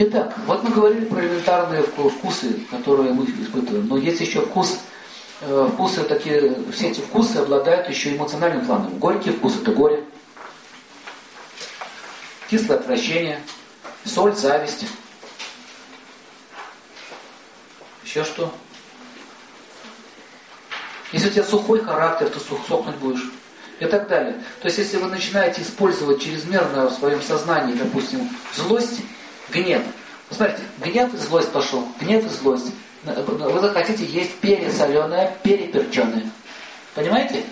Итак, вот мы говорили про элементарные вкусы, которые мы испытываем. Но есть еще вкусы такие, все эти вкусы обладают еще эмоциональным планом. Горький вкус — это горе. Кислое отвращение. Соль — зависть. Еще что? Если у тебя сухой характер, то сохнуть будешь. И так далее. То есть, если вы начинаете использовать чрезмерно в своем сознании, допустим, злость, гнев. Посмотрите, гнев и злость пошел. Гнев и злость. Вы захотите есть пересоленое, переперченое. Понимаете?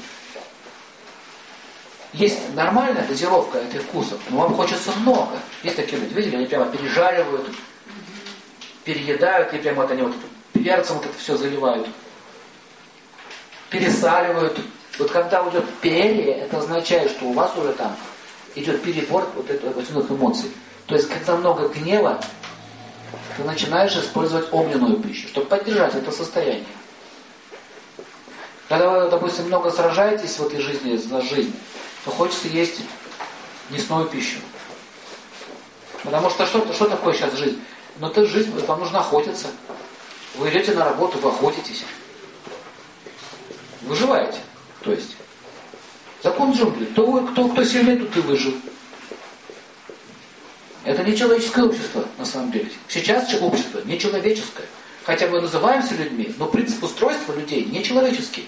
Есть нормальная дозировка этих вкусов, но вам хочется много. Есть такие люди, видели, они прямо пережаривают, переедают, и прямо вот они вот перцем вот это все заливают. Пересаливают. Вот когда уйдет перья, это означает, что у вас уже там идет перебор вот этих эмоций. То есть, когда много гнева, ты начинаешь использовать огненную пищу, чтобы поддержать это состояние. Когда вы, допустим, много сражаетесь в этой жизни за жизнь, то хочется есть мясную пищу. Потому что что такое сейчас жизнь? Но это жизнь, вам нужно охотиться. Вы идете на работу, вы охотитесь. Выживаете. То есть, закон джунглей. Кто сильнее, тут и выжил. Это не человеческое общество, на самом деле. Сейчас общество не человеческое. Хотя мы называемся людьми, но принцип устройства людей не человеческий.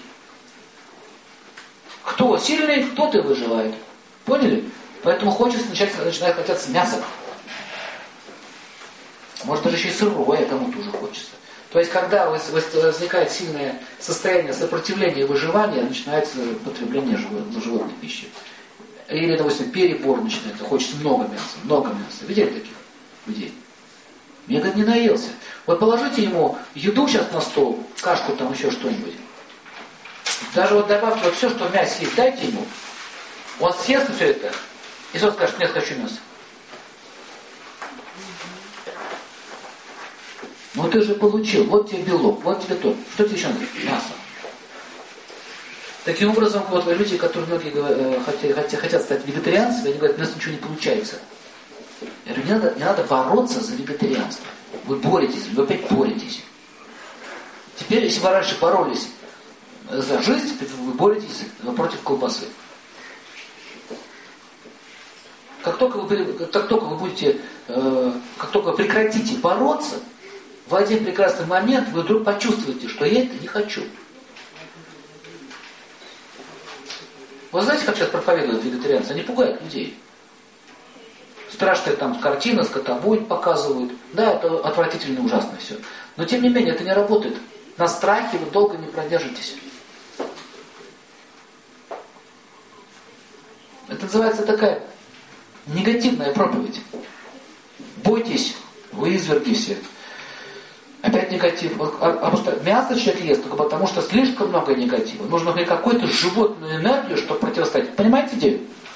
Кто сильный, тот и выживает. Поняли? Поэтому начинает хотеться мясо. Может даже еще и сырое, кому тоже хочется. То есть, когда возникает сильное состояние сопротивления и выживания, начинается потребление животной пищи. Или, допустим, перебор начинается, хочется много мяса. Видели таких людей? Я, говорит, не наелся. Вот положите ему еду сейчас на стол, кашку там, еще что-нибудь. Даже вот добавьте вот все, что в мясе есть, дайте ему. Он съест все это, и сразу скажет: нет, хочу мясо. Ну ты же получил, вот тебе белок, вот тебе то. Что тебе еще надо? Мясо. Таким образом, вот люди, которые многие хотят стать вегетарианцами, они говорят: у нас ничего не получается. Я говорю, не надо бороться за вегетарианство. Вы боретесь, вы опять боретесь. Теперь, если вы раньше боролись за жизнь, вы боретесь против колбасы. Как только вы прекратите бороться, в один прекрасный момент вы вдруг почувствуете, что я это не хочу. Вы знаете, как сейчас проповедуют вегетарианцы? Они пугают людей. Страшные там картины, скотобойнь показывают. Да, это отвратительно и ужасно все. Но тем не менее, это не работает. На страхе вы долго не продержитесь. Это называется такая негативная проповедь. Бойтесь, вы изверги все. Опять негатив. Потому что мясо человек ест только потому, что слишком много негатива. Нужно какую-то животную энергию, чтобы противостоять. Понимаете идею?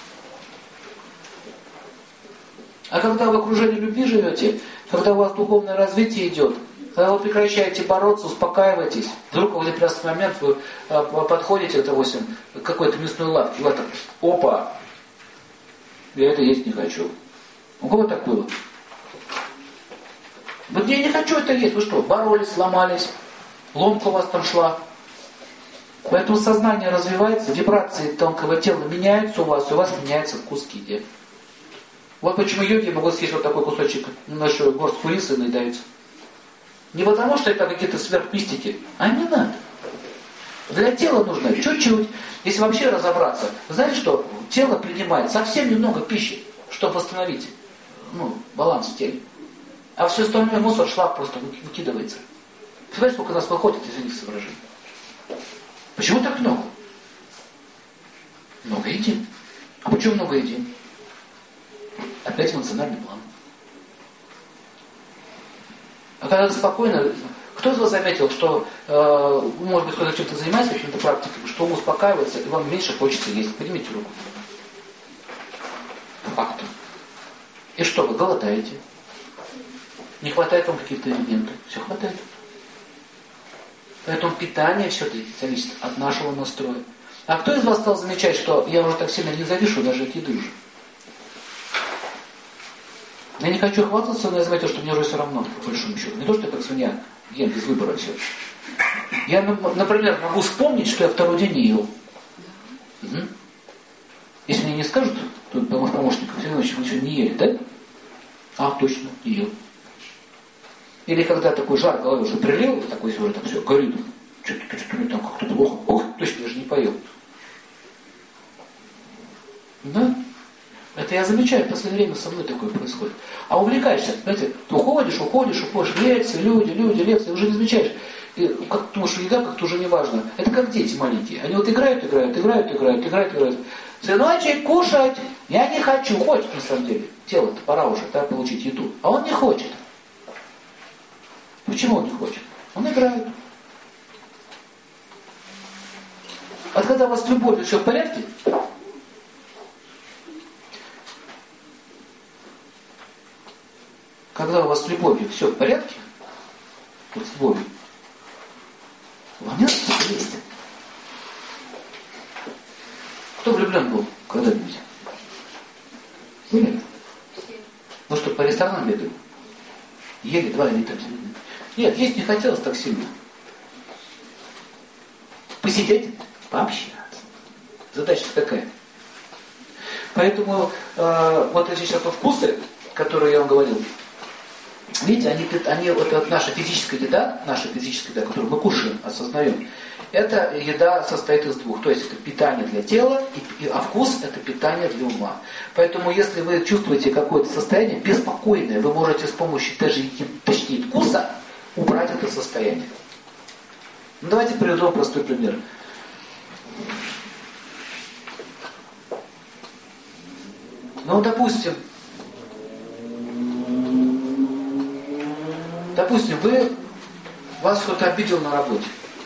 А когда вы в окружении любви живете, когда у вас духовное развитие идет, когда вы прекращаете бороться, успокаиваетесь, вдруг в один прекрасный момент вы подходите к какой-то мясной лавке, и опа, я это есть не хочу. У кого так было? Вот я не хочу это есть. Вы что, боролись, сломались, ломка у вас там шла. Поэтому сознание развивается, вибрации тонкого тела меняются у вас, и у вас меняется вкус к еде. Вот почему йоги могут съесть вот такой кусочек, нашу горстку риса и наедаются. Не потому, что это какие-то сверхмистики, а не надо. Для тела нужно чуть-чуть. Если вообще разобраться, знаете что? Тело принимает совсем немного пищи, чтобы восстановить баланс в теле. А все остальное мусор, шлак просто выкидывается. Представляете, сколько нас выходит из этих соображений? Почему так много? Много едим. А почему много едим? Опять эмоциональный план. А когда спокойно... Кто из вас заметил, что, может быть, кто-то чем-то занимается, какими-то практиками, что ум успокаивается, и вам меньше хочется есть? Поднимите руку. По факту. И что, вы голодаете? Не хватает вам каких-то элементов? Все хватает. Поэтому питание все-таки зависит от нашего настроя. А кто из вас стал замечать, что я уже так сильно не завишу даже от еды уже? Я не хочу хвастаться, но я заметил, что мне уже все равно, по большому счету. Не то, что я как свинья ем без выбора все. Я, например, могу вспомнить, что я второй день не ел. Угу. Если мне не скажут, то помощник, Василий Иванович, вы еще не ели, да? А, точно, не ел. Или когда такой жар головы уже прилил, такой уже там все, горит. Что-то мне там как-то плохо. Ох, точно, я же не поел. Да? Это я замечаю, в последнее время со мной такое происходит. А увлекаешься, знаете, ты уходишь, лекции, люди, лекции, уже не замечаешь. И как думаешь, еда как-то уже не важно. Это как дети маленькие. Они вот играют. Сыночек, кушать! Я не хочу. Хочет на самом деле. Тело-то пора уже, да, получить еду. А он не хочет. Почему он не хочет? Он играет. А когда у вас с любовью все в порядке, когда у вас с любовью все в порядке, вот с любовью, вам не надо что-то есть. Кто влюблен был когда-нибудь? Были? Ну что, по ресторанам бегали? Ели 2 литра. Нет, есть не хотелось так сильно. Посидеть, пообщаться. Задача такая. Поэтому вот эти сейчас вкусы, которые я вам говорил, видите, они вот наша физическая еда, которую мы кушаем, осознаем, эта еда состоит из двух. То есть это питание для тела, а вкус это питание для ума. Поэтому если вы чувствуете какое-то состояние беспокойное, вы можете с помощью даже точнее вкуса убрать это состояние. Ну, давайте приведу простой пример. Ну, допустим, вас кто-то обидел на работе.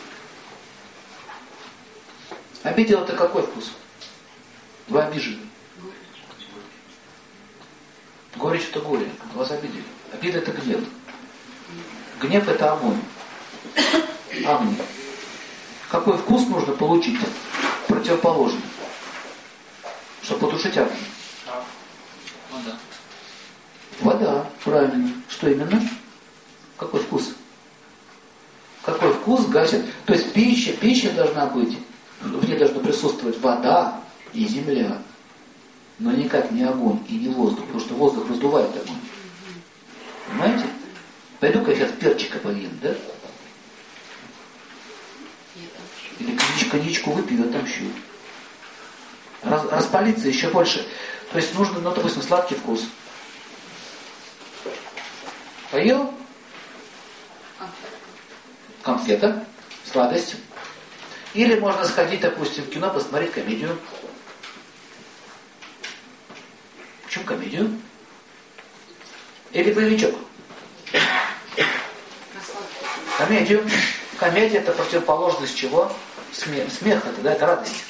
Обидел это какой вкус? Вы обижены. Горечь это горе. Вас обидели. Обида это гнев. Гнев это огонь. Огонь. Какой вкус нужно получить? Противоположный. Чтобы потушить огонь. Вода. Вода, правильно. Что именно? Какой вкус? Какой вкус гасит? То есть пища должна быть, в ней должна присутствовать вода и земля. Но никак не огонь и не воздух, потому что воздух раздувает огонь. Понимаете? Пойду-ка я сейчас перчика поем, да? Или коньячку выпью, отомщу. Распалиться еще больше. То есть нужно, ну, допустим, сладкий вкус. Поел? Конфета, сладость. Или можно сходить, допустим, в кино, посмотреть комедию. Почему комедию? Или боевичок. Комедию. Комедия это противоположность чего? Смех это, да, это радость.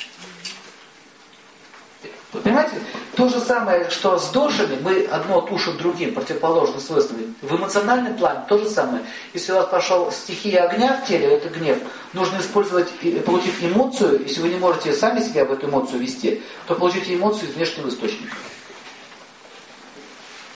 Вы понимаете? То же самое, что с душами, мы одно тушим другим, противоположным свойствами. В эмоциональном плане то же самое. Если у вас пошел стихия огня в теле, это гнев, нужно использовать, получив эмоцию, если вы не можете сами себя в эту эмоцию вести, то получите эмоцию из внешнего источника.